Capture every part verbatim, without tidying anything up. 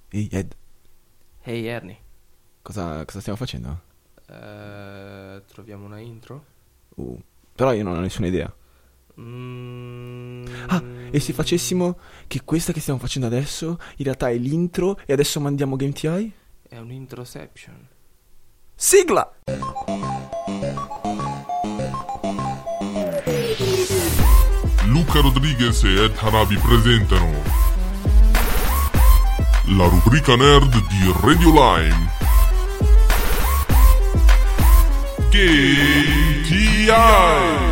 Ehi Ed, Hey Ernie, cosa, cosa stiamo facendo? eh, troviamo una intro? Uh, però io non ho nessuna idea. Mm, Ah, e se facessimo che questa che stiamo facendo adesso in realtà è l'intro e adesso mandiamo Game T I? È un introception. Sigla! Luca Rodriguez e Ed Hanabi presentano la rubrica nerd di Radio Lime, Game T I.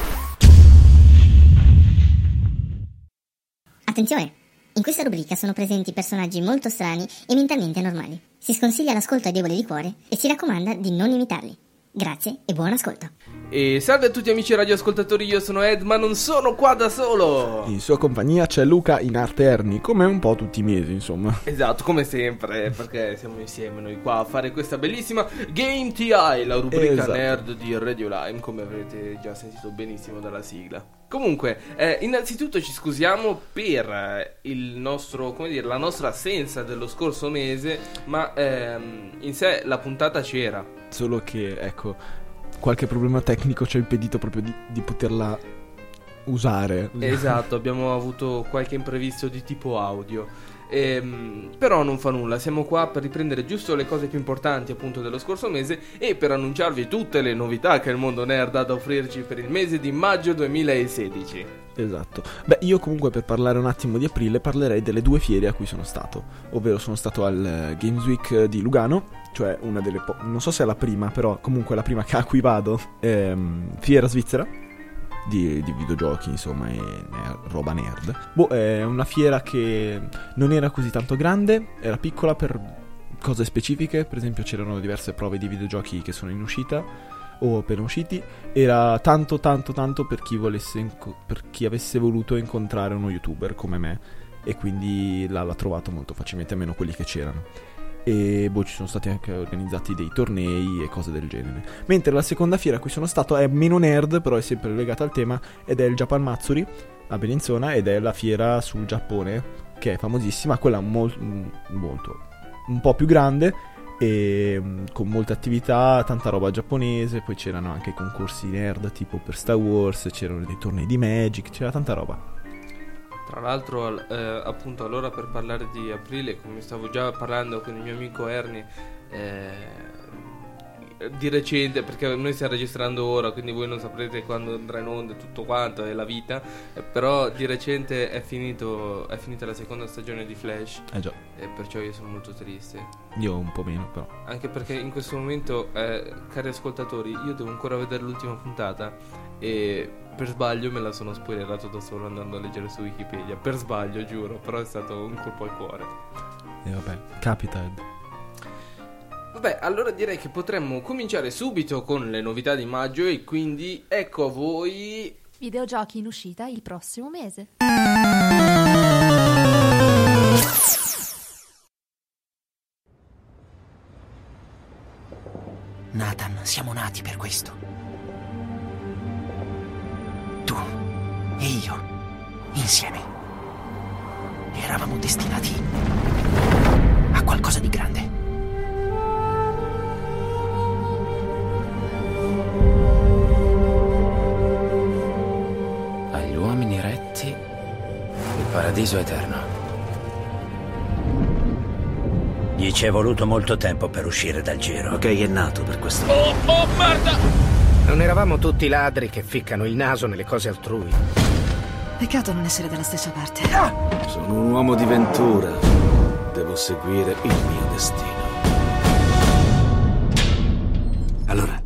Attenzione! In questa rubrica sono presenti personaggi molto strani e mentalmente anormali. Si sconsiglia l'ascolto ai deboli di cuore e si raccomanda di non imitarli. Grazie e buon ascolto. E salve a tutti amici radioascoltatori, io sono Ed, ma non sono qua da solo. In sua compagnia c'è Luca in arte Ernie, come un po' tutti i mesi, insomma. Esatto, come sempre, perché siamo insieme noi qua a fare questa bellissima Game T I, la rubrica Esatto. nerd di Radio Lime, come avrete già sentito benissimo dalla sigla. Comunque, eh, innanzitutto ci scusiamo per eh, il nostro, come dire, la nostra assenza dello scorso mese, ma ehm, in sé la puntata c'era. Solo che, ecco, qualche problema tecnico ci ha impedito proprio di, di poterla usare. Esatto, abbiamo avuto qualche imprevisto di tipo audio. Ehm, però non fa nulla, siamo qua per riprendere giusto le cose più importanti appunto dello scorso mese e per annunciarvi tutte le novità che il mondo nerd ha da offrirci per il mese di maggio duemilasedici. Esatto. Beh, io comunque per parlare un attimo di aprile parlerei delle due fiere a cui sono stato. Ovvero sono stato al uh, Games Week di Lugano, cioè una delle po- non so se è la prima, però comunque la prima a cui vado, ehm, fiera svizzera di, di videogiochi, insomma, e ner- roba nerd. Boh, è una fiera che non era così tanto grande, era piccola per cose specifiche, per esempio c'erano diverse prove di videogiochi che sono in uscita o appena usciti. Era tanto tanto tanto per chi volesse inco- per chi avesse voluto incontrare uno youtuber come me, e quindi l'ha, l'ha trovato molto facilmente, almeno quelli che c'erano. E boh, ci sono stati anche organizzati dei tornei e cose del genere. Mentre la seconda fiera a cui sono stato è meno nerd, però è sempre legata al tema, ed è il Japan Matsuri a Bellinzona, ed è la fiera sul Giappone, che è famosissima, quella mol- molto un po' più grande e mh, con molte attività, tanta roba giapponese. Poi c'erano anche concorsi nerd tipo per Star Wars, c'erano dei tornei di Magic, c'era tanta roba. Tra l'altro, eh, appunto, allora per parlare di aprile, come stavo già parlando con il mio amico Ernie, eh, di recente, perché noi stiamo registrando ora, quindi voi non saprete quando andrà in onda tutto quanto, è la vita, eh, però di recente è finito è finita la seconda stagione di Flash, Eh già, e perciò io sono molto triste, io un po' meno però. anche perché in questo momento, eh, cari ascoltatori, io devo ancora vedere l'ultima puntata e per sbaglio me la sono spoilerato da solo andando a leggere su Wikipedia, per sbaglio, giuro, però è stato un colpo al cuore. E vabbè, capita Ed. Vabbè, allora direi che potremmo cominciare subito con le novità di maggio e quindi ecco a voi Videogiochi in uscita il prossimo mese. Nathan, siamo nati per questo. Tu e io, insieme. Eravamo destinati a qualcosa di grande. Agli uomini retti il paradiso eterno. Gli ci è voluto molto tempo per uscire dal giro. Ok, è nato per questo. Oh, oh, merda! Non eravamo tutti ladri che ficcano il naso nelle cose altrui. Peccato non essere dalla stessa parte. Sono un uomo di ventura. Devo seguire il mio destino. Allora,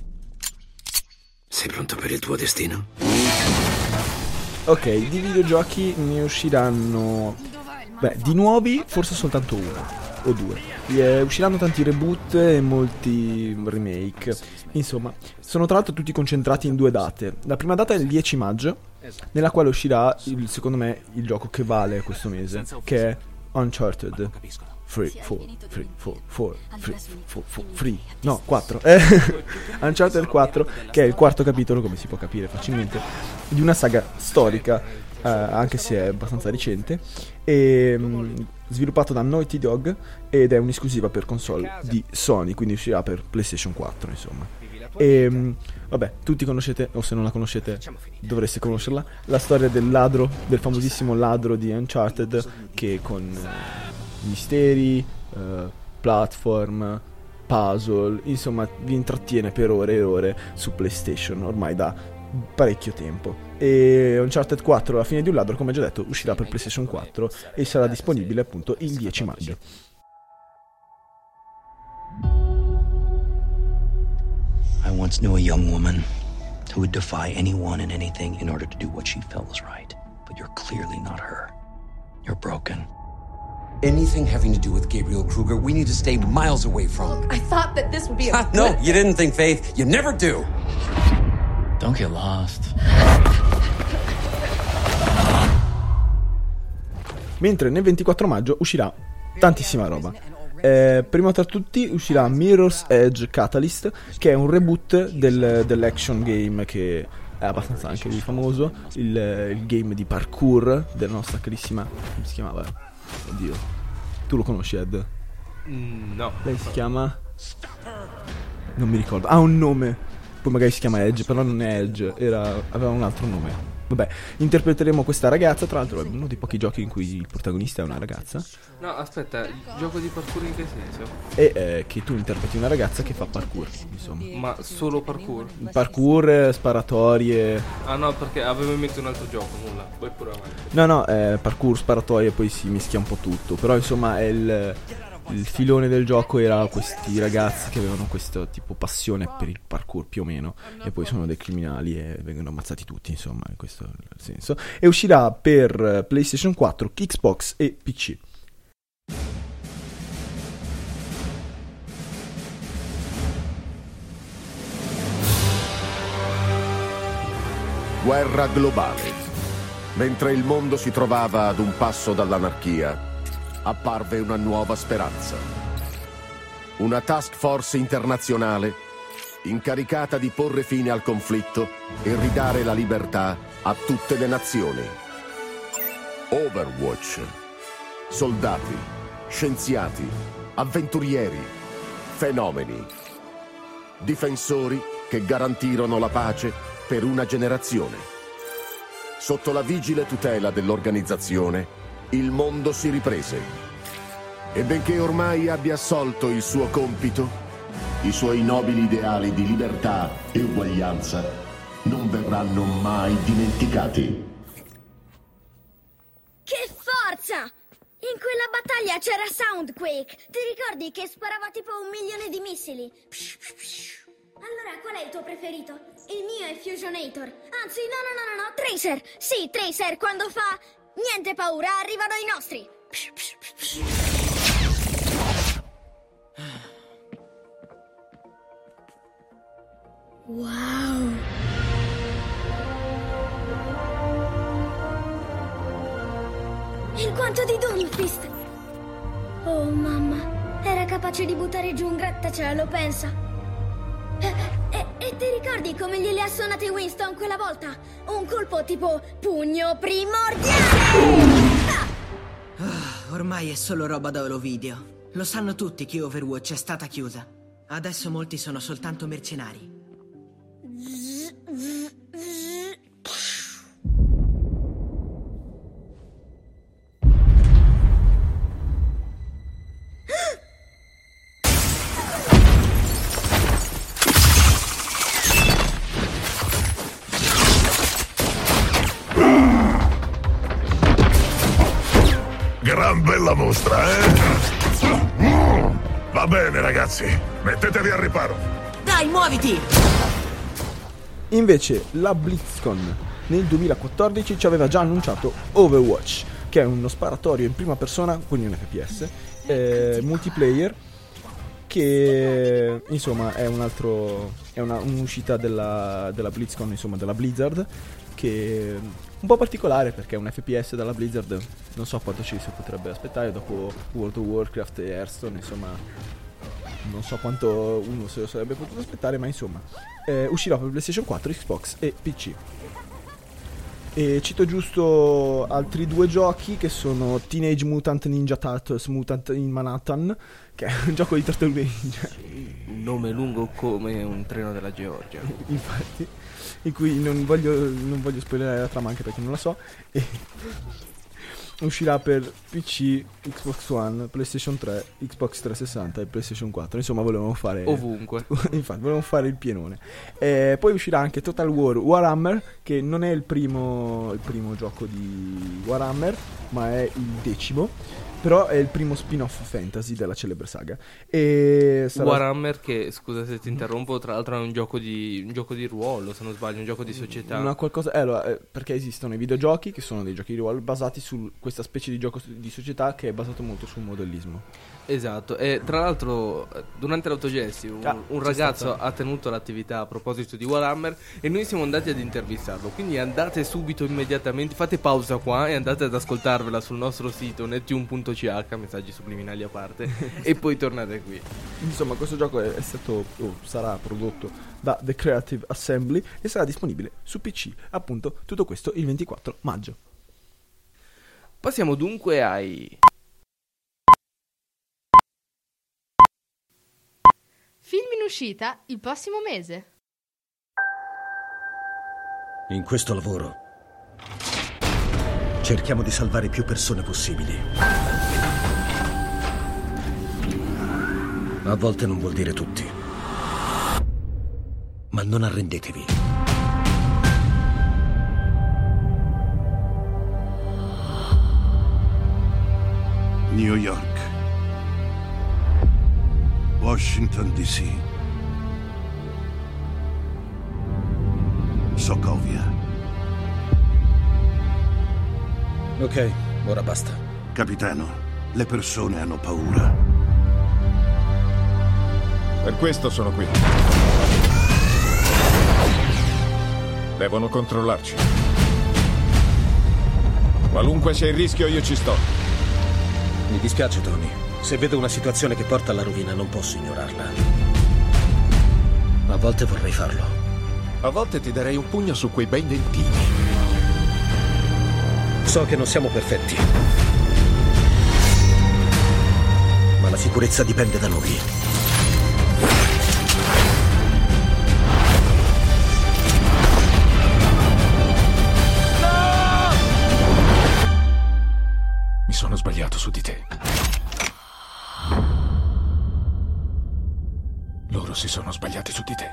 sei pronto per il tuo destino? Ok, di videogiochi ne usciranno, beh, di nuovi forse soltanto uno o due. Eh, usciranno tanti reboot e molti remake. Insomma, sono tra l'altro tutti concentrati in due date. La prima data è il dieci maggio, nella quale uscirà, il, secondo me, il gioco che vale questo mese, che è Uncharted Free, four, free, four, four, free, four, four, free, no, quattro. Eh, Uncharted quattro, che è il quarto capitolo, come si può capire facilmente, di una saga storica, eh, anche se è abbastanza recente. E mh, sviluppato da Naughty Dog ed è un'esclusiva per console di Sony, quindi uscirà per PlayStation quattro, insomma. E vabbè, tutti conoscete, o se non la conoscete dovreste conoscerla, la storia del ladro, del famosissimo ladro di Uncharted, che con eh, misteri, eh, platform, puzzle, insomma vi intrattiene per ore e ore su PlayStation ormai da parecchio tempo. E Uncharted quattro, la fine di un ladro, come già detto, uscirà per PlayStation quattro e sarà disponibile appunto il dieci maggio. I once knew a young woman who would defy anyone and anything in order to do what she felt was right. But you're clearly not her. You're broken. Anything having to do with Gabriel Kruger, we need to stay miles away from. Look, I thought that this would be a No, you didn't think, Faith. You never do. Don't get lost. Mentre nel ventiquattro maggio uscirà tantissima roba. Eh, prima tra tutti uscirà Mirror's Edge Catalyst, che è un reboot del, dell'action game che è abbastanza anche lui famoso, il, il game di parkour della nostra carissima, come si chiamava? Oddio, tu lo conosci, Ed? Mm, no. Lei si chiama? Non mi ricordo, ha un nome, poi magari si chiama Edge, però non è Edge, era, aveva un altro nome. Vabbè, interpreteremo questa ragazza, tra l'altro è uno dei pochi giochi in cui il protagonista è una ragazza. No, aspetta, il gioco di parkour in che senso? E eh, che tu interpreti una ragazza che fa parkour, insomma. Ma solo parkour? Parkour, sparatorie. Ah no, perché avevo in mente un altro gioco, nulla, poi pure avanti. No, no, eh, parkour, sparatorie, poi si mischia un po' tutto. Però insomma è il... Il filone del gioco era questi ragazzi che avevano questo tipo passione per il parkour più o meno, e poi sono dei criminali e vengono ammazzati tutti, insomma, in questo senso. E uscirà per PlayStation quattro, Xbox e P C. Guerra globale. Mentre il mondo si trovava ad un passo dall'anarchia, apparve una nuova speranza. Una task force internazionale incaricata di porre fine al conflitto e ridare la libertà a tutte le nazioni. Overwatch. Soldati, scienziati, avventurieri, fenomeni. Difensori che garantirono la pace per una generazione. Sotto la vigile tutela dell'organizzazione, il mondo si riprese. E benché ormai abbia assolto il suo compito, i suoi nobili ideali di libertà e uguaglianza non verranno mai dimenticati. Che forza! In quella battaglia c'era Soundquake. Ti ricordi che sparava tipo un milione di missili? Allora, qual è il tuo preferito? Il mio è Fusionator. Anzi, no, no, no, no, no, Tracer. Sì, Tracer, quando fa... Niente paura, arrivano i nostri. Wow. Il guanto di Doomfist. Oh mamma, era capace di buttare giù un grattacielo, pensa. E, e, e ti ricordi come gliele ha suonate Winston quella volta? Un colpo tipo pugno primordiale! Ah! Oh, ormai è solo roba da Holovideo. Lo sanno tutti che Overwatch è stata chiusa. Adesso molti sono soltanto mercenari. Gran bella mostra, eh? Va bene, ragazzi, mettetevi al riparo. Dai, muoviti! Invece la BlizzCon nel duemilaquattordici ci aveva già annunciato Overwatch, che è uno sparatorio in prima persona, quindi un F P S, eh, multiplayer, che insomma è un altro è una, un'uscita della, della BlizzCon, insomma della Blizzard, che un po' particolare perché è un F P S dalla Blizzard, non so quanto ci si potrebbe aspettare dopo World of Warcraft e Hearthstone, insomma non so quanto uno se lo sarebbe potuto aspettare, ma insomma eh, uscirà per PlayStation quattro, Xbox e P C. E cito giusto altri due giochi che sono Teenage Mutant Ninja Turtles Mutant in Manhattan, che è un gioco di tartarughe ninja. Un nome lungo come un treno della Georgia. Infatti, in cui non voglio, non voglio spoilerare la trama anche perché non la so. E uscirà per P C, Xbox One, PlayStation tre, Xbox trecentosessanta e PlayStation quattro. Insomma, volevamo fare ovunque. Infatti, volevamo fare il pienone. E poi uscirà anche Total War Warhammer, che non è il primo, il primo gioco di Warhammer, ma è il decimo. Però è il primo spin-off fantasy della celebre saga. E sarà... Warhammer, che scusa se ti interrompo, tra l'altro è un gioco di un gioco di ruolo, se non sbaglio, un gioco di società. Una qualcosa, eh, allora, eh, perché esistono i videogiochi che sono dei giochi di ruolo basati su questa specie di gioco di società che è basato molto sul modellismo. Esatto, e tra l'altro durante l'autogesti un, ah, un ragazzo stata... ha tenuto l'attività a proposito di Warhammer e noi siamo andati ad intervistarlo, quindi andate subito, immediatamente, fate pausa qua e andate ad ascoltarvela sul nostro sito nettune punto c h, messaggi subliminali a parte, e poi tornate qui. Insomma, questo gioco è, è stato, oh, sarà prodotto da The Creative Assembly e sarà disponibile su P C, appunto, tutto questo il ventiquattro maggio. Passiamo dunque ai... film in uscita il prossimo mese. In questo lavoro cerchiamo di salvare più persone possibili. A volte non vuol dire tutti. Ma non arrendetevi. New York, Washington D C, Sokovia. Ok, ora basta. Capitano, le persone hanno paura. Per questo sono qui. Devono controllarci. Qualunque sia il rischio, io ci sto. Mi dispiace, Tony. Se vedo una situazione che porta alla rovina, non posso ignorarla. A volte vorrei farlo. A volte ti darei un pugno su quei bei dentini. So che non siamo perfetti. Ma la sicurezza dipende da noi. No! Mi sono sbagliato su di te. Loro si sono sbagliati su di te.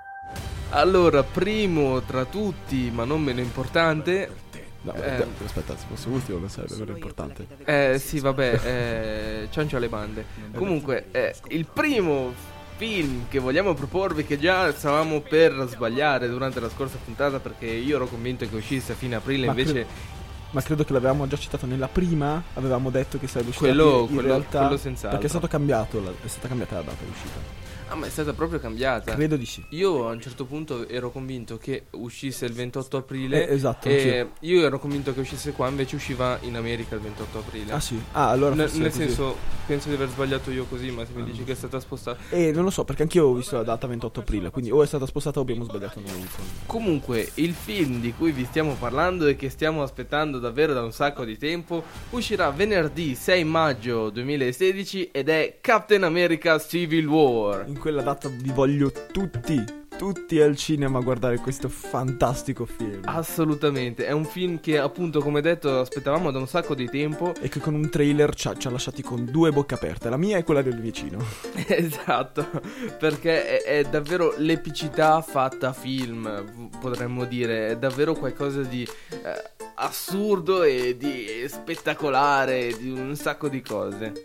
Allora, primo tra tutti, ma non meno importante. No, eh, aspetta, se fosse ultimo non sarebbe vero importante. Eh sì, vabbè, eh, ciancio alle bande. Comunque, eh, il primo film che vogliamo proporvi, che già stavamo per sbagliare durante la scorsa puntata, perché io ero convinto che uscisse a fine aprile, ma invece... Credo... Ma credo che l'avevamo già citato nella prima. Avevamo detto che sarebbe uscito quello, in quello, realtà, quello senz'altro. perché è stato cambiato la, è stata cambiata la data di uscita. Ah, ma è stata proprio cambiata? Credo di sì. Io a un certo punto ero convinto che uscisse il ventotto aprile. Eh, esatto. E io ero convinto che uscisse qua, invece usciva in America il ventotto aprile. Ah sì. Ah, allora N- Nel così. senso, penso di aver sbagliato io così, ma se mi dici che è stata spostata... Eh, non lo so, perché anch'io ho visto la data ventotto aprile, quindi o è stata spostata o abbiamo sbagliato noi. Comunque, il film di cui vi stiamo parlando e che stiamo aspettando davvero da un sacco di tempo uscirà venerdì sei maggio duemilasedici ed è Captain America Civil War. In quella data vi voglio tutti, tutti al cinema a guardare questo fantastico film. Assolutamente, è un film che appunto, come detto, aspettavamo da un sacco di tempo e che con un trailer ci ha, ci ha lasciati con due bocche aperte, la mia e quella del vicino. Esatto, perché è, è davvero l'epicità fatta film, potremmo dire, è davvero qualcosa di eh, assurdo e di spettacolare, di un sacco di cose.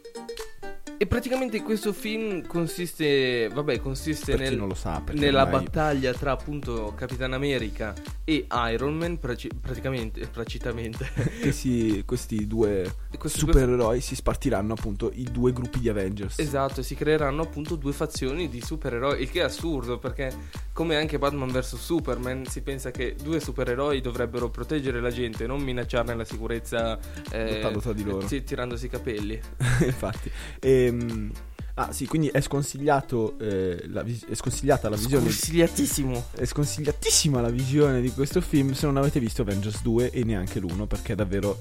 E praticamente questo film consiste, vabbè, consiste nel, non lo sa, nella ormai... battaglia tra appunto Capitan America e Iron Man, praci- praticamente, praticamente. Che si, questi due questi supereroi due... si spartiranno appunto i due gruppi di Avengers. Esatto, si creeranno appunto due fazioni di supereroi, il che è assurdo perché come anche Batman versus Superman si pensa che due supereroi dovrebbero proteggere la gente, non minacciarne la sicurezza eh, lottando tra di loro, t- tirandosi i capelli. Infatti e Ah sì, quindi è sconsigliato eh, la vis- è sconsigliata la visione Sconsigliatissimo È sconsigliatissima la visione di questo film se non avete visto Avengers due e neanche l'uno, perché davvero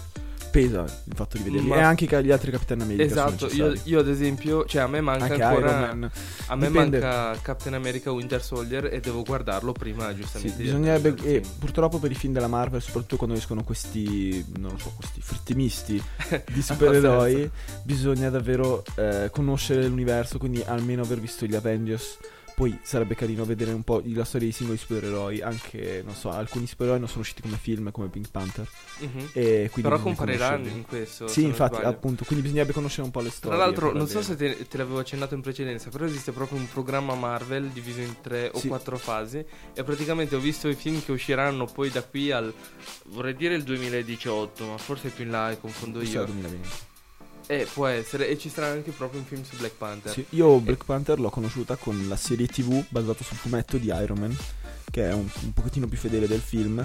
pesa il fatto di vederli. Ma... e anche gli altri Captain America. Esatto, io, io ad esempio, cioè a me manca anche ancora Iron Man. a me Dipende. manca Captain America Winter Soldier e devo guardarlo prima giustamente. Sì, bisognerebbe, e purtroppo per i film della Marvel, soprattutto quando escono questi, non lo so, questi fritti misti di supereroi, bisogna davvero eh, conoscere l'universo, quindi almeno aver visto gli Avengers. Poi sarebbe carino vedere un po' la storia dei singoli supereroi, anche, non so, alcuni supereroi non sono usciti come film, come Pink Panther. Mm-hmm. E quindi però compariranno in questo. Sì, infatti, appunto, quindi bisognerebbe conoscere un po' le storie. Tra l'altro, non so se te, te l'avevo accennato in precedenza, però esiste proprio un programma Marvel diviso in tre o sì. quattro fasi. E praticamente ho visto i film che usciranno poi da qui al, vorrei dire il duemiladiciotto, ma forse più in là, confondo io. duemilaventi. Eh, può essere, e ci sarà anche proprio un film su Black Panther. Sì, io Black e... Panther l'ho conosciuta con la serie tivù basata sul fumetto di Iron Man, che è un, un pochettino più fedele del film,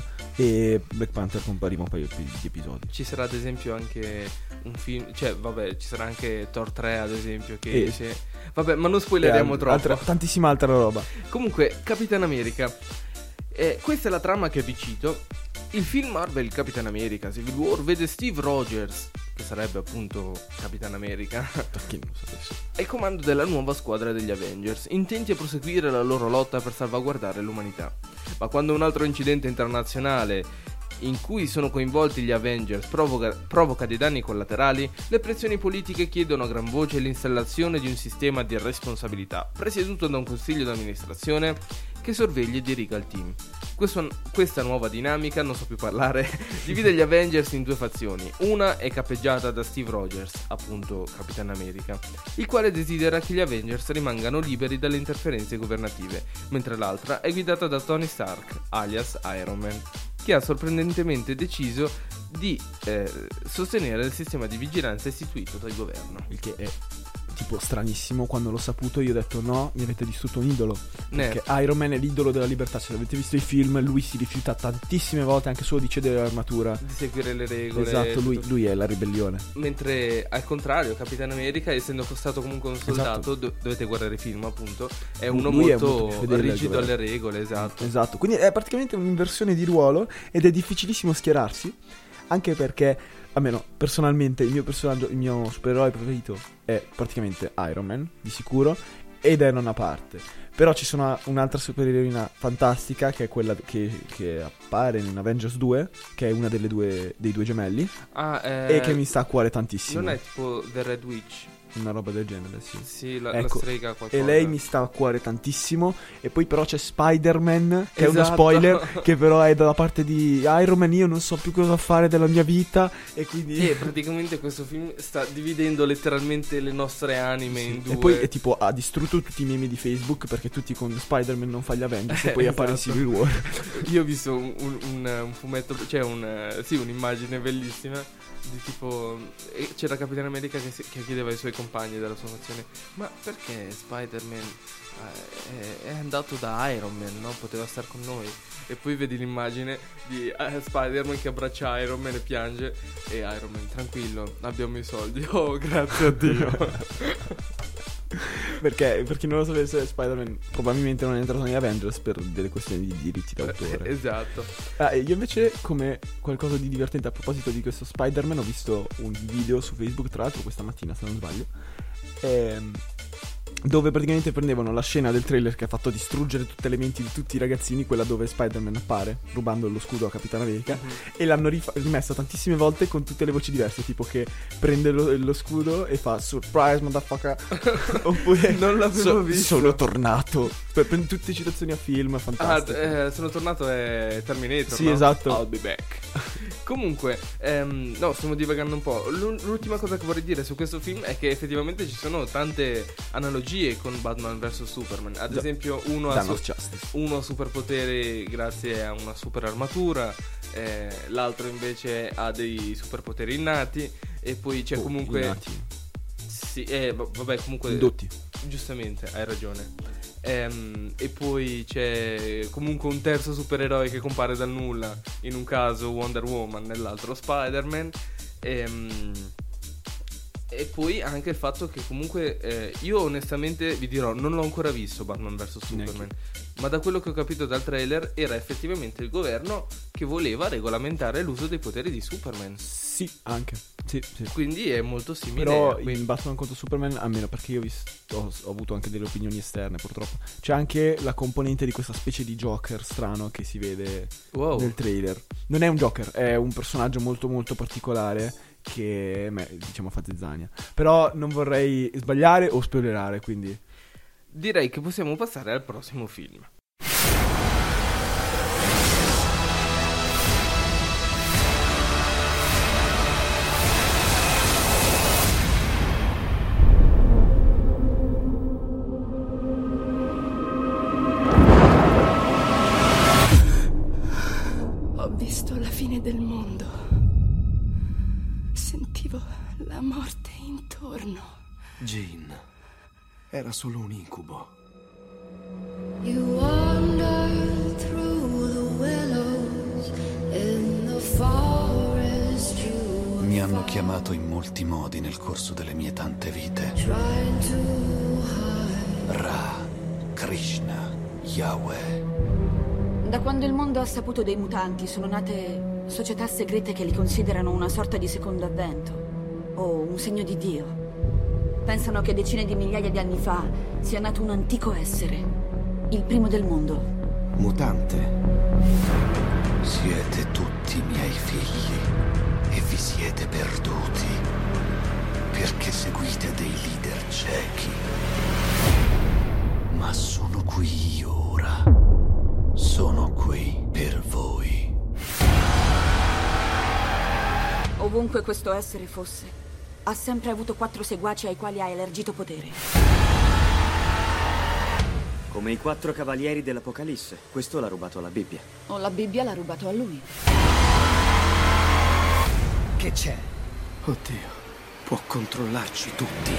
e Black Panther compariva un paio di episodi. Ci sarà ad esempio anche un film, cioè vabbè, ci sarà anche Thor tre ad esempio che e... esce. Vabbè, ma non spoileremo al- troppo. altra, tantissima altra roba. Comunque, Capitan America, eh, questa è la trama che vi cito. Il film Marvel Capitan America Civil War vede Steve Rogers, che sarebbe appunto Capitan America, perché non so al comando della nuova squadra degli Avengers, intenti a proseguire la loro lotta per salvaguardare l'umanità. Ma quando un altro incidente internazionale in cui sono coinvolti gli Avengers provoca, provoca dei danni collaterali, le pressioni politiche chiedono a gran voce l'installazione di un sistema di responsabilità presieduto da un consiglio d'amministrazione che sorvegli e diriga il team. Questo, questa nuova dinamica, non so più parlare, divide gli Avengers in due fazioni. Una è capeggiata da Steve Rogers, appunto Capitan America, il quale desidera che gli Avengers rimangano liberi dalle interferenze governative, mentre l'altra è guidata da Tony Stark, alias Iron Man, che ha sorprendentemente deciso di eh, sostenere il sistema di vigilanza istituito dal governo. Il che è tipo stranissimo. Quando l'ho saputo io ho detto no, mi avete distrutto un idolo, perché Ne. Iron Man è l'idolo della libertà. Se avete visto i film, lui si rifiuta tantissime volte anche solo di cedere l'armatura, Di seguire le regole. esatto, lui, tutto. lui è la ribellione. Mentre al contrario Capitan America, essendo stato comunque un soldato, Esatto. do- dovete guardare i film appunto, è uno Lui è molto, molto più fedele al rigido governo. alle regole, esatto. Esatto, quindi è praticamente un'inversione di ruolo ed è difficilissimo schierarsi, anche perché, almeno personalmente, il mio personaggio, il mio supereroe preferito è praticamente Iron Man, di sicuro, ed è non a parte. Però ci sono un'altra supereroina fantastica, che è quella che, che appare in Avengers due, che è una delle due dei due gemelli, Ah, eh, e che mi sta a cuore tantissimo. non è tipo The Red Witch? Una roba del genere, sì. Sì, la, Ecco, la strega qualcosa. E lei mi sta a cuore tantissimo. E poi però c'è Spider-Man, che è uno Esatto. spoiler, che però è dalla parte di Iron Man. Io non so più cosa fare della mia vita, e quindi E praticamente questo film sta dividendo letteralmente le nostre anime in due. E poi è tipo ha distrutto tutti i memi di Facebook, perché tutti con Spider-Man non fa gli Avengers, e poi appare in Esatto. Civil War. Io ho visto un, un, un, un fumetto, cioè un, eh, sì, un'immagine bellissima di tipo, e c'era Capitan America che, si- che chiedeva ai suoi compagni della sua nazione: ma perché Spider-Man eh, è, è andato da Iron Man, no? Poteva star con noi. E poi vedi l'immagine di eh, Spider-Man che abbraccia Iron Man e piange, e Iron Man: tranquillo, abbiamo i soldi. Oh, grazie a Dio. Perché, per chi non lo sapesse, Spider-Man probabilmente non è entrato negli Avengers per delle questioni di diritti d'autore. Esatto. Ah, e io invece, come qualcosa di divertente a proposito di questo Spider-Man, ho visto un video su Facebook, tra l'altro questa mattina se non sbaglio, ehm, dove praticamente prendevano la scena del trailer che ha fatto distruggere tutte le menti di tutti i ragazzini, quella dove Spider-Man appare rubando lo scudo a Capitan America, Mhm. e l'hanno rifa- rimessa tantissime volte con tutte le voci diverse, tipo che prende lo, lo scudo e fa surprise motherfucker oppure Non l'avevo "So- visto." sono tornato, per, per tutte citazioni a film Ah, fantastiche. eh, sono tornato è Terminator. Sì, no? esatto. I'll be back. Comunque, ehm, no, stiamo divagando un po'. L'u- L'ultima cosa che vorrei dire su questo film è che effettivamente ci sono tante analogie con Batman vs Superman. Ad Già. esempio, uno ha, Thanos su- Justice. uno ha superpoteri grazie a una super armatura, eh, l'altro invece ha dei superpoteri innati, e poi c'è Oh, comunque. innati. Sì, eh, va- vabbè, comunque. Indotti. Giustamente, hai ragione. Ehm, e poi c'è comunque un terzo supereroe che compare dal nulla, in un caso Wonder Woman, nell'altro Spider-Man. Ehm, E poi anche il fatto che comunque eh, io onestamente vi dirò, non l'ho ancora visto Batman versus Superman, neanche. Ma da quello che ho capito dal trailer era effettivamente il governo che voleva regolamentare l'uso dei poteri di Superman. Sì, anche sì, sì. Quindi è molto simile. Però quindi... in Batman contro Superman, almeno perché io ho, visto, ho, ho avuto anche delle opinioni esterne purtroppo, c'è anche la componente di questa specie di Joker strano che si vede wow. nel trailer. Non è un Joker, è un personaggio molto molto particolare che me, diciamo fa zizzania. Però non vorrei sbagliare o spoilerare, quindi direi che possiamo passare al prossimo film. Ho visto la fine del mondo. Sentivo la morte intorno. Jean, era solo un incubo. You wander through the willows in the forest. You Mi hanno chiamato in molti modi nel corso delle mie tante vite. Ra, Krishna, Yahweh. Da quando il mondo ha saputo dei mutanti sono nate società segrete che li considerano una sorta di secondo avvento o un segno di Dio. Pensano che decine di migliaia di anni fa sia nato un antico essere, il primo del mondo. Mutante. Siete tutti miei figli e vi siete perduti perché seguite dei leader ciechi. Ma sono qui io ora. Sono qui per voi. Ovunque questo essere fosse, ha sempre avuto quattro seguaci ai quali ha elargito potere. Come i quattro cavalieri dell'Apocalisse. Questo l'ha rubato alla Bibbia. O la Bibbia l'ha rubato a lui. Che c'è? Oddio, può controllarci tutti.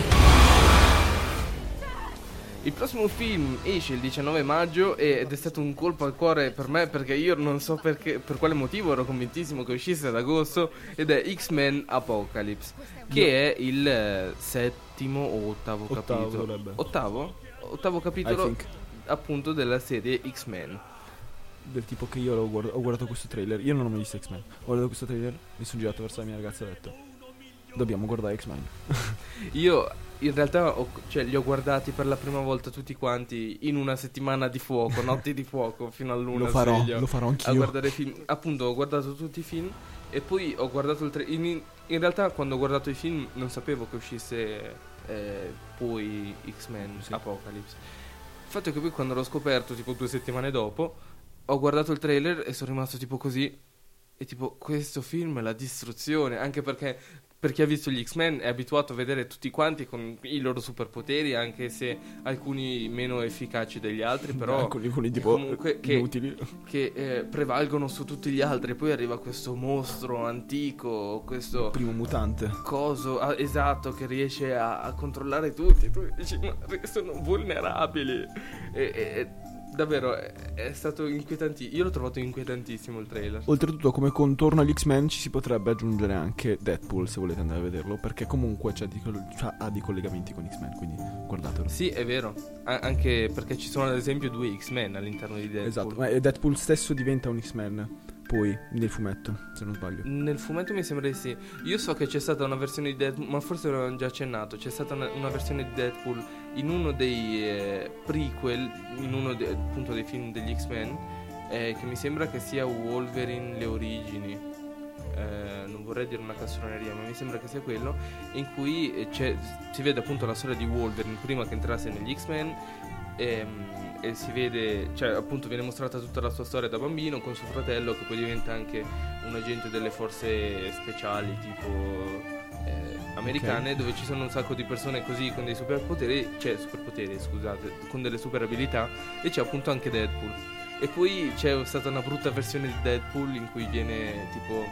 Il prossimo film esce il diciannove maggio ed è stato un colpo al cuore per me perché io non so perché, per quale motivo ero convintissimo che uscisse ad agosto, ed è X-Men Apocalypse, che no. è il eh, settimo o ottavo, ottavo capitolo dovrebbe. ottavo? ottavo capitolo appunto della serie X-Men. Del tipo che io ho guardato, ho guardato questo trailer, io non ho mai visto X-Men, ho guardato questo trailer, mi sono girato verso la mia ragazza e ho detto dobbiamo guardare X-Men. Io in realtà ho, cioè, li ho guardati per la prima volta tutti quanti in una settimana di fuoco, notti di fuoco, fino all'una. Lo farò, sveglia, lo farò anch'io. A guardare film. Appunto, ho guardato tutti i film e poi ho guardato il trailer. In, in realtà, quando ho guardato i film, non sapevo che uscisse eh, poi X-Men sì. Apocalypse. Il fatto è che poi, quando l'ho scoperto, tipo due settimane dopo, ho guardato il trailer e sono rimasto tipo così. E tipo, questo film è la distruzione. Anche perché, per chi ha visto gli X-Men, è abituato a vedere tutti quanti con i loro superpoteri, anche se alcuni meno efficaci degli altri, però alcuni, alcuni tipo comunque che, inutili, che eh, prevalgono su tutti gli altri. Poi arriva questo mostro antico, questo il primo mutante coso ah, esatto, che riesce a, a controllare tutti. Tu dici, ma sono vulnerabili. E, e davvero è, è stato inquietantissimo. Io l'ho trovato inquietantissimo il trailer. Oltretutto, come contorno agli X-Men ci si potrebbe aggiungere anche Deadpool, se volete andare a vederlo, perché comunque c'è di, c'ha, ha dei collegamenti con X-Men, quindi guardatelo. Sì, è vero. A- anche perché ci sono ad esempio due X-Men all'interno di Deadpool. Esatto, ma Deadpool stesso diventa un X-Men poi nel fumetto, se non sbaglio. Nel fumetto mi sembra di sì. Io so che c'è stata una versione di Deadpool, ma forse l'ho già accennato. C'è stata una, una versione di Deadpool in uno dei eh, prequel, in uno de, appunto dei film degli X-Men, eh, che mi sembra che sia Wolverine le origini. Eh, non vorrei dire una castroneria, ma mi sembra che sia quello, in cui c'è, si vede appunto la storia di Wolverine prima che entrasse negli X-Men. E, e si vede, cioè appunto viene mostrata tutta la sua storia da bambino con suo fratello, che poi diventa anche un agente delle forze speciali tipo eh, americane, okay. Dove ci sono un sacco di persone così con dei superpoteri, cioè superpoteri scusate, con delle super abilità, e c'è appunto anche Deadpool. E poi c'è stata una brutta versione di Deadpool in cui viene tipo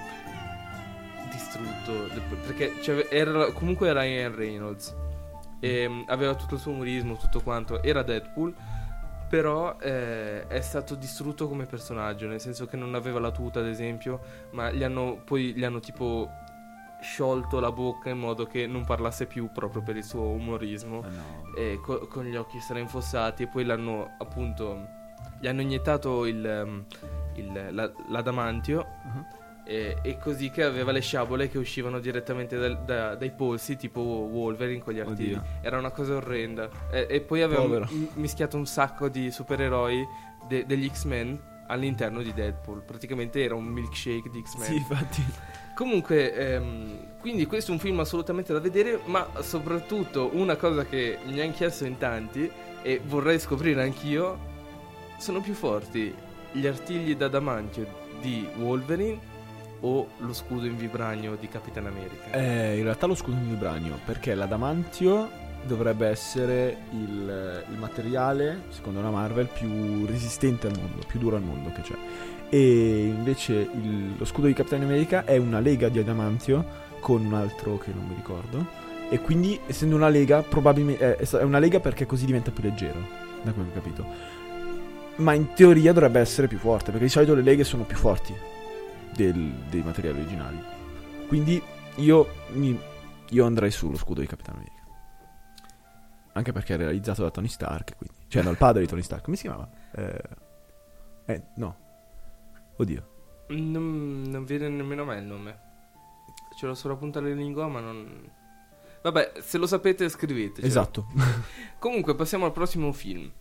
distrutto, perché cioè, era, comunque era Ryan Reynolds e aveva tutto il suo umorismo, tutto quanto, era Deadpool, però eh, è stato distrutto come personaggio, nel senso che non aveva la tuta ad esempio, ma gli hanno poi gli hanno tipo sciolto la bocca in modo che non parlasse più proprio per il suo umorismo, oh no. e co- con gli occhi strainfossati, e poi l'hanno appunto gli hanno iniettato il, il, la, l'adamantio uh-huh. e, e così che aveva le sciabole che uscivano direttamente dal, da, dai polsi, tipo Wolverine con gli artigli. Oddio. Era una cosa orrenda, e, e poi aveva m- mischiato un sacco di supereroi de- degli X-Men all'interno di Deadpool. Praticamente era un milkshake di X-Men. Sì, infatti. Comunque, ehm, quindi questo è un film assolutamente da vedere, ma soprattutto una cosa che mi hanno chiesto in tanti e vorrei scoprire anch'io: sono più forti gli artigli d'adamantio di Wolverine o lo scudo in vibranio di Capitan America? Eh, in realtà lo scudo in vibranio, perché l'adamantio dovrebbe essere il, il materiale, secondo la Marvel, più resistente al mondo, più duro al mondo che c'è. E invece il, lo scudo di Capitan America è una lega di adamantio con un altro che non mi ricordo, e quindi essendo una lega probabilmente è, è una lega perché così diventa più leggero, da quello che ho capito, ma in teoria dovrebbe essere più forte, perché di solito le leghe sono più forti del, dei materiali originali. Quindi io, mi, io andrei sullo scudo di Capitan America, anche perché è realizzato da Tony Stark, quindi, cioè no, il padre di Tony Stark, come si chiamava? Eh, eh no Oddio. Non, non viene nemmeno a me il nome. Ce l'ho sulla punta della lingua, ma non... Vabbè, se lo sapete scriveteci. Esatto. Comunque passiamo al prossimo film.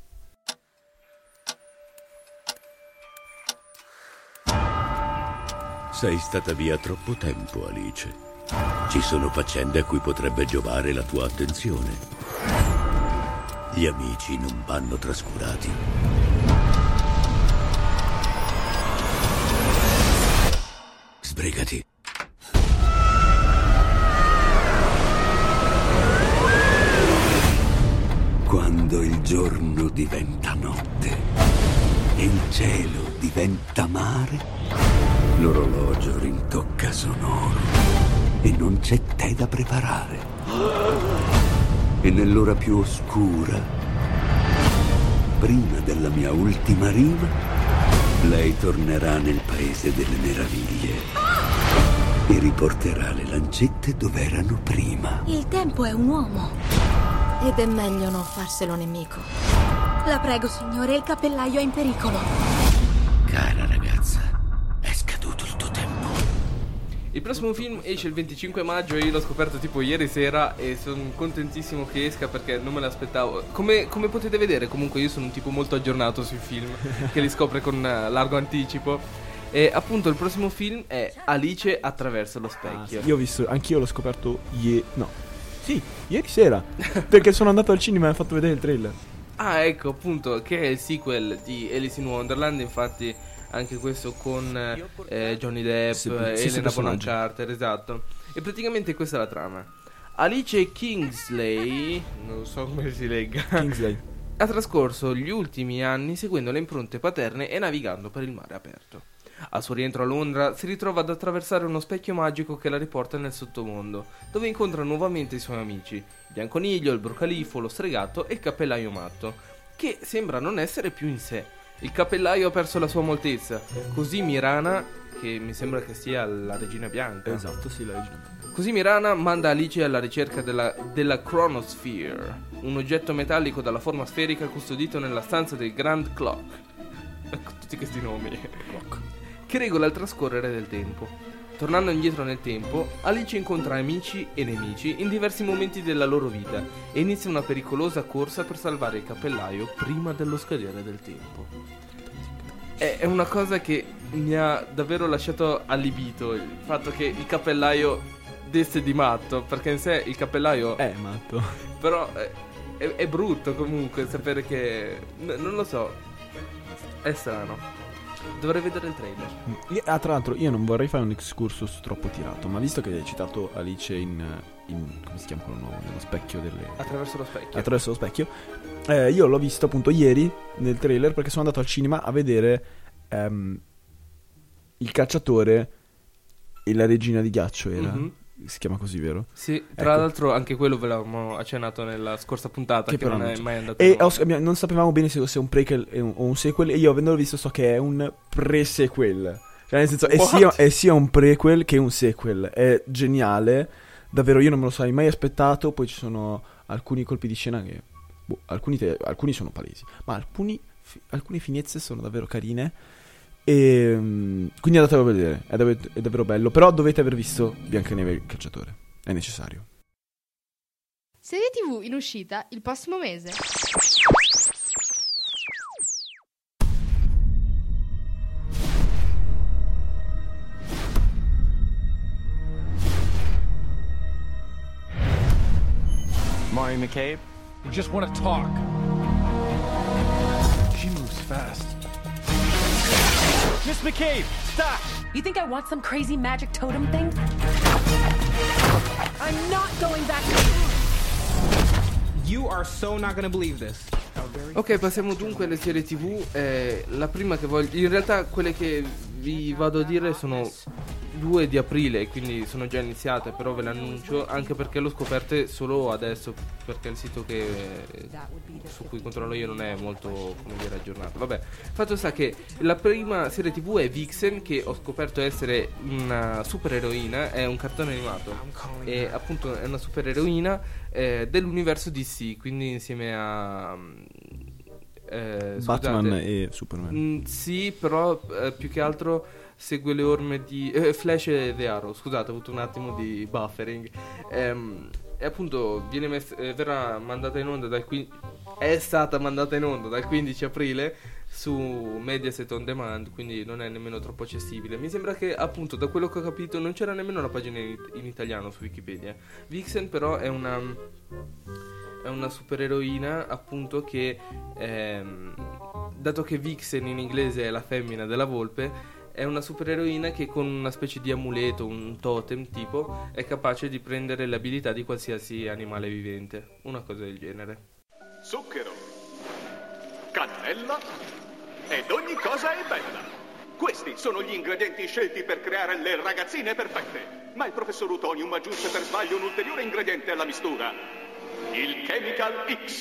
Sei stata via troppo tempo, Alice. Ci sono faccende a cui potrebbe giovare la tua attenzione. Gli amici non vanno trascurati. Sbrigati. Quando il giorno diventa notte e il cielo diventa mare, l'orologio rintocca sonoro e non c'è tè da preparare. E nell'ora più oscura, prima della mia ultima rima, lei tornerà nel paese delle meraviglie e riporterà le lancette dove erano prima. Il tempo è un uomo ed è meglio non farselo nemico. La prego, signore, il cappellaio è in pericolo. Cara ragazza, è scaduto il tuo tempo. Il prossimo film esce il venticinque maggio e io l'ho scoperto tipo ieri sera e sono contentissimo che esca perché non me l'aspettavo. Come, come potete vedere, comunque io sono un tipo molto aggiornato sui film che li scopre con uh, largo anticipo. E appunto il prossimo film è Alice attraverso lo specchio. Ah, sì. Io ho visto, anch'io l'ho scoperto ieri, no, sì, ieri sera, perché sono andato al cinema e mi ha fatto vedere il trailer. Ah, ecco, appunto, che è il sequel di Alice in Wonderland, infatti anche questo con eh, Johnny Depp, sì, sì, Elena Bonham Carter, esatto. E praticamente questa è la trama. Alice Kingsley, non so come si legga, Kingsley, ha trascorso gli ultimi anni seguendo le impronte paterne e navigando per il mare aperto. Al suo rientro a Londra si ritrova ad attraversare uno specchio magico che la riporta nel sottomondo, dove incontra nuovamente i suoi amici, il bianconiglio, il brocalifo, lo stregato e il cappellaio matto, che sembra non essere più in sé. Il cappellaio ha perso la sua moltezza, così Mirana, che mi sembra che sia la regina bianca. Esatto, sì, la regina bianca. Così Mirana manda Alice alla ricerca della, della Chronosphere, un oggetto metallico dalla forma sferica custodito nella stanza del Grand Clock. Ecco tutti questi nomi. Che regola il trascorrere del tempo. Tornando indietro nel tempo, Alice incontra amici e nemici in diversi momenti della loro vita e inizia una pericolosa corsa per salvare il cappellaio prima dello scadere del tempo. È, è una cosa che mi ha davvero lasciato allibito, il fatto che il cappellaio desse di matto, perché in sé il cappellaio è matto. Però è, è, è brutto comunque sapere che... N- non lo so, è strano. Dovrei vedere il trailer. Io, ah, tra l'altro io non vorrei fare un excursus troppo tirato, ma visto che hai citato Alice in, in come si chiama quello nuovo, nello specchio delle... Attraverso lo specchio. Attraverso lo specchio eh, io l'ho visto appunto ieri nel trailer, perché sono andato al cinema a vedere um, il cacciatore e la regina di ghiaccio era mm-hmm. Si chiama così, vero? Sì, tra ecco. l'altro anche quello ve l'avevamo accennato nella scorsa puntata, che, che non è mai andato. E ho, non sapevamo bene se fosse un prequel o un sequel, e io avendolo visto so che è un pre-sequel, Cioè, nel senso, è sia, è sia un prequel che un sequel. È geniale. Davvero, io non me lo sarei mai aspettato. Poi ci sono alcuni colpi di scena che... Boh, alcuni, te, alcuni sono palesi. Ma alcuni, fi, alcune finezze sono davvero carine. E quindi andatelo a vedere. È davvero, è davvero bello. Però dovete aver visto Biancaneve e il cacciatore. È necessario. Serie tivù in uscita il prossimo mese. Mari McCabe? You just want to talk. She moves fast. Miss McCabe, stop! You think I want some crazy magic totem thing? I'm not going back to... You are so not gonna believe this. Ok, passiamo dunque alle serie tivù. eh, La prima che voglio... In realtà quelle che vi vado a dire sono due di aprile, quindi sono già iniziate, però ve le annuncio, anche perché l'ho scoperte solo adesso, perché il sito che su cui controllo io non è molto, come dire, aggiornato. Vabbè, fatto sta che la prima serie tivù è Vixen, che ho scoperto essere una supereroina, è un cartone animato e appunto è una supereroina eh, dell'universo D C, quindi insieme a eh, Batman scusate, e Superman. mh, sì, però eh, più che altro segue le orme di eh, Flash e The Arrow. Scusate, ho avuto un attimo di buffering. Ehm, e appunto viene mess- eh, verrà mandata in onda dal qui- è stata mandata in onda dal quindici aprile su Mediaset On Demand, quindi non è nemmeno troppo accessibile. Mi sembra che appunto, da quello che ho capito, non c'era nemmeno la pagina in, in italiano su Wikipedia. Vixen però è una è una supereroina, appunto, che ehm, dato che Vixen in inglese è la femmina della volpe, è una supereroina che con una specie di amuleto, un totem tipo, è capace di prendere le abilità di qualsiasi animale vivente. Una cosa del genere. Zucchero, cannella ed ogni cosa è bella. Questi sono gli ingredienti scelti per creare le ragazzine perfette. Ma il professor Utonium aggiunse per sbaglio un ulteriore ingrediente alla mistura: il Chemical X.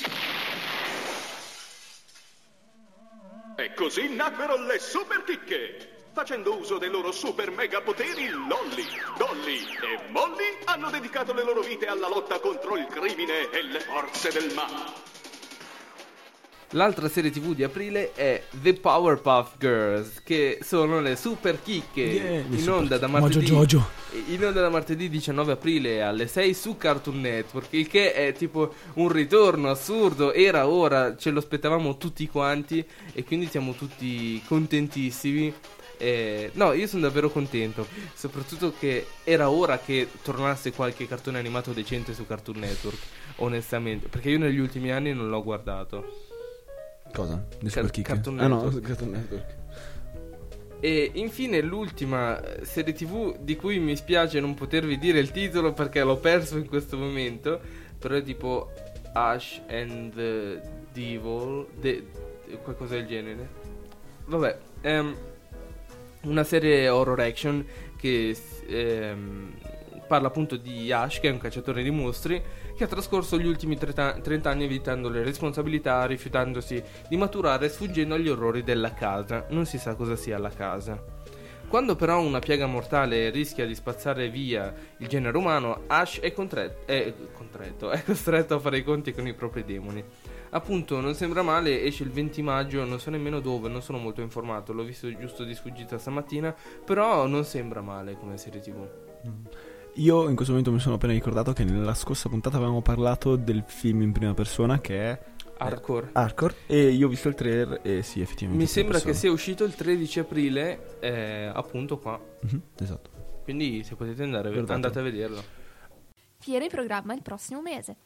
E così nacquero le super chicche. Facendo uso dei loro super mega poteri, Lolly, Dolly e Molly hanno dedicato le loro vite alla lotta contro il crimine e le forze del male. L'altra serie tivù di aprile è The Powerpuff Girls, che sono le super chicche, yeah, in onda da martedì Mojo, in onda da martedì diciannove aprile alle sei su Cartoon Network, il che è tipo un ritorno assurdo. Era ora, ce lo aspettavamo tutti quanti e quindi siamo tutti contentissimi. Eh, no, io sono davvero contento, soprattutto che era ora che tornasse qualche cartone animato decente su Cartoon Network, onestamente, perché io negli ultimi anni non l'ho guardato. Cosa? Car- Cartoon ah Network. no, Cartoon Network. E infine l'ultima serie tivù di cui mi spiace non potervi dire il titolo perché l'ho perso in questo momento, però è tipo Ash and the Devil, de- qualcosa del genere. Vabbè, ehm una serie horror action che ehm, parla appunto di Ash, che è un cacciatore di mostri che ha trascorso gli ultimi trenta anni evitando le responsabilità, rifiutandosi di maturare e sfuggendo agli orrori della casa. Non si sa cosa sia la casa. Quando però una piaga mortale rischia di spazzare via il genere umano, Ash è, contre- è, contretto, è costretto a fare i conti con i propri demoni. Appunto, non sembra male, esce il venti maggio, non so nemmeno dove, non sono molto informato, l'ho visto giusto di sfuggita stamattina, però non sembra male come serie tivù. Io in questo momento mi sono appena ricordato che nella scorsa puntata avevamo parlato del film in prima persona che è Hardcore. Eh, Hardcore. E io ho visto il trailer e sì, effettivamente mi sembra che sia uscito il tredici aprile, eh, appunto qua. Mm-hmm, esatto. Quindi se potete andare, Guardate. andate a vederlo. Fiera in programma il prossimo mese.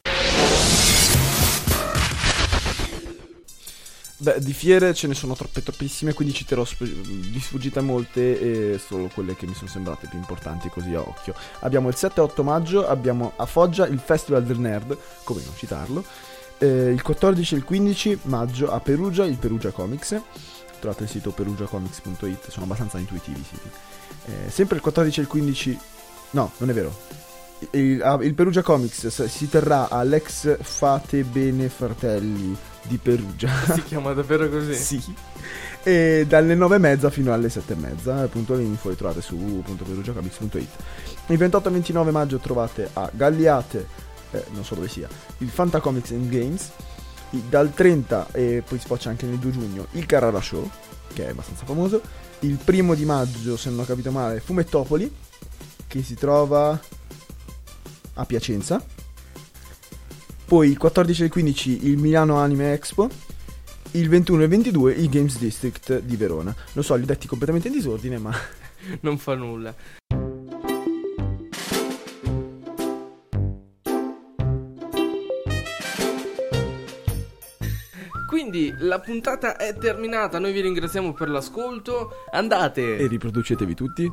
Beh, di fiere ce ne sono troppe troppissime, quindi citerò sp- di sfuggita molte e solo quelle che mi sono sembrate più importanti così a occhio. Abbiamo il sette e otto maggio, abbiamo a Foggia il Festival del Nerd, come non citarlo, eh, il quattordici e il quindici maggio a Perugia il Perugia Comics. Trovate il sito perugia comics punto it, sono abbastanza intuitivi i siti. Eh, sempre il quattordici e il quindici, no, non è vero, il, il Perugia Comics si terrà all'ex Fate Bene Fratelli di Perugia. Si chiama davvero così? Sì. E dalle nove e mezza fino alle sette e mezza, appunto le info le trovate su punto perugiacomics punto it. Il ventotto e ventinove maggio trovate a Galliate, eh, non so dove sia, il Fantacomics and Games. Dal trenta e poi spaccia anche nel due giugno il Carrara Show, che è abbastanza famoso. Il primo di maggio, se non ho capito male, Fumettopoli, che si trova a Piacenza. Poi il quattordici e il quindici il Milano Anime Expo. Il ventuno e il ventidue il Games District di Verona. Lo so, li ho detti completamente in disordine, ma non fa nulla. Quindi la puntata è terminata, noi vi ringraziamo per l'ascolto, andate e riproducetevi tutti.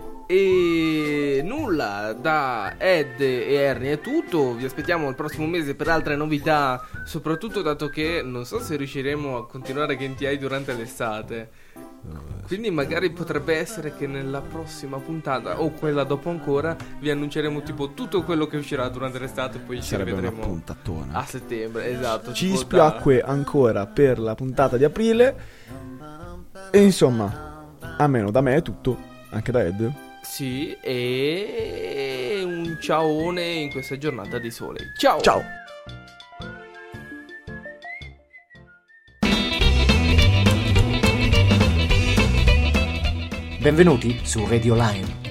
E nulla, da Ed e Ernie è tutto, vi aspettiamo il prossimo mese per altre novità, soprattutto dato che non so se riusciremo a continuare Game T I durante l'estate. Quindi magari potrebbe essere che nella prossima puntata o quella dopo ancora vi annunceremo tipo tutto quello che uscirà durante l'estate e poi ci rivedremo una puntatona a settembre, esatto. Ci spiacque ancora per la puntata di aprile. E insomma, almeno da me è tutto, anche da Ed. Sì, e un ciaone in questa giornata di sole. Ciao! Ciao! Benvenuti su Radio Line.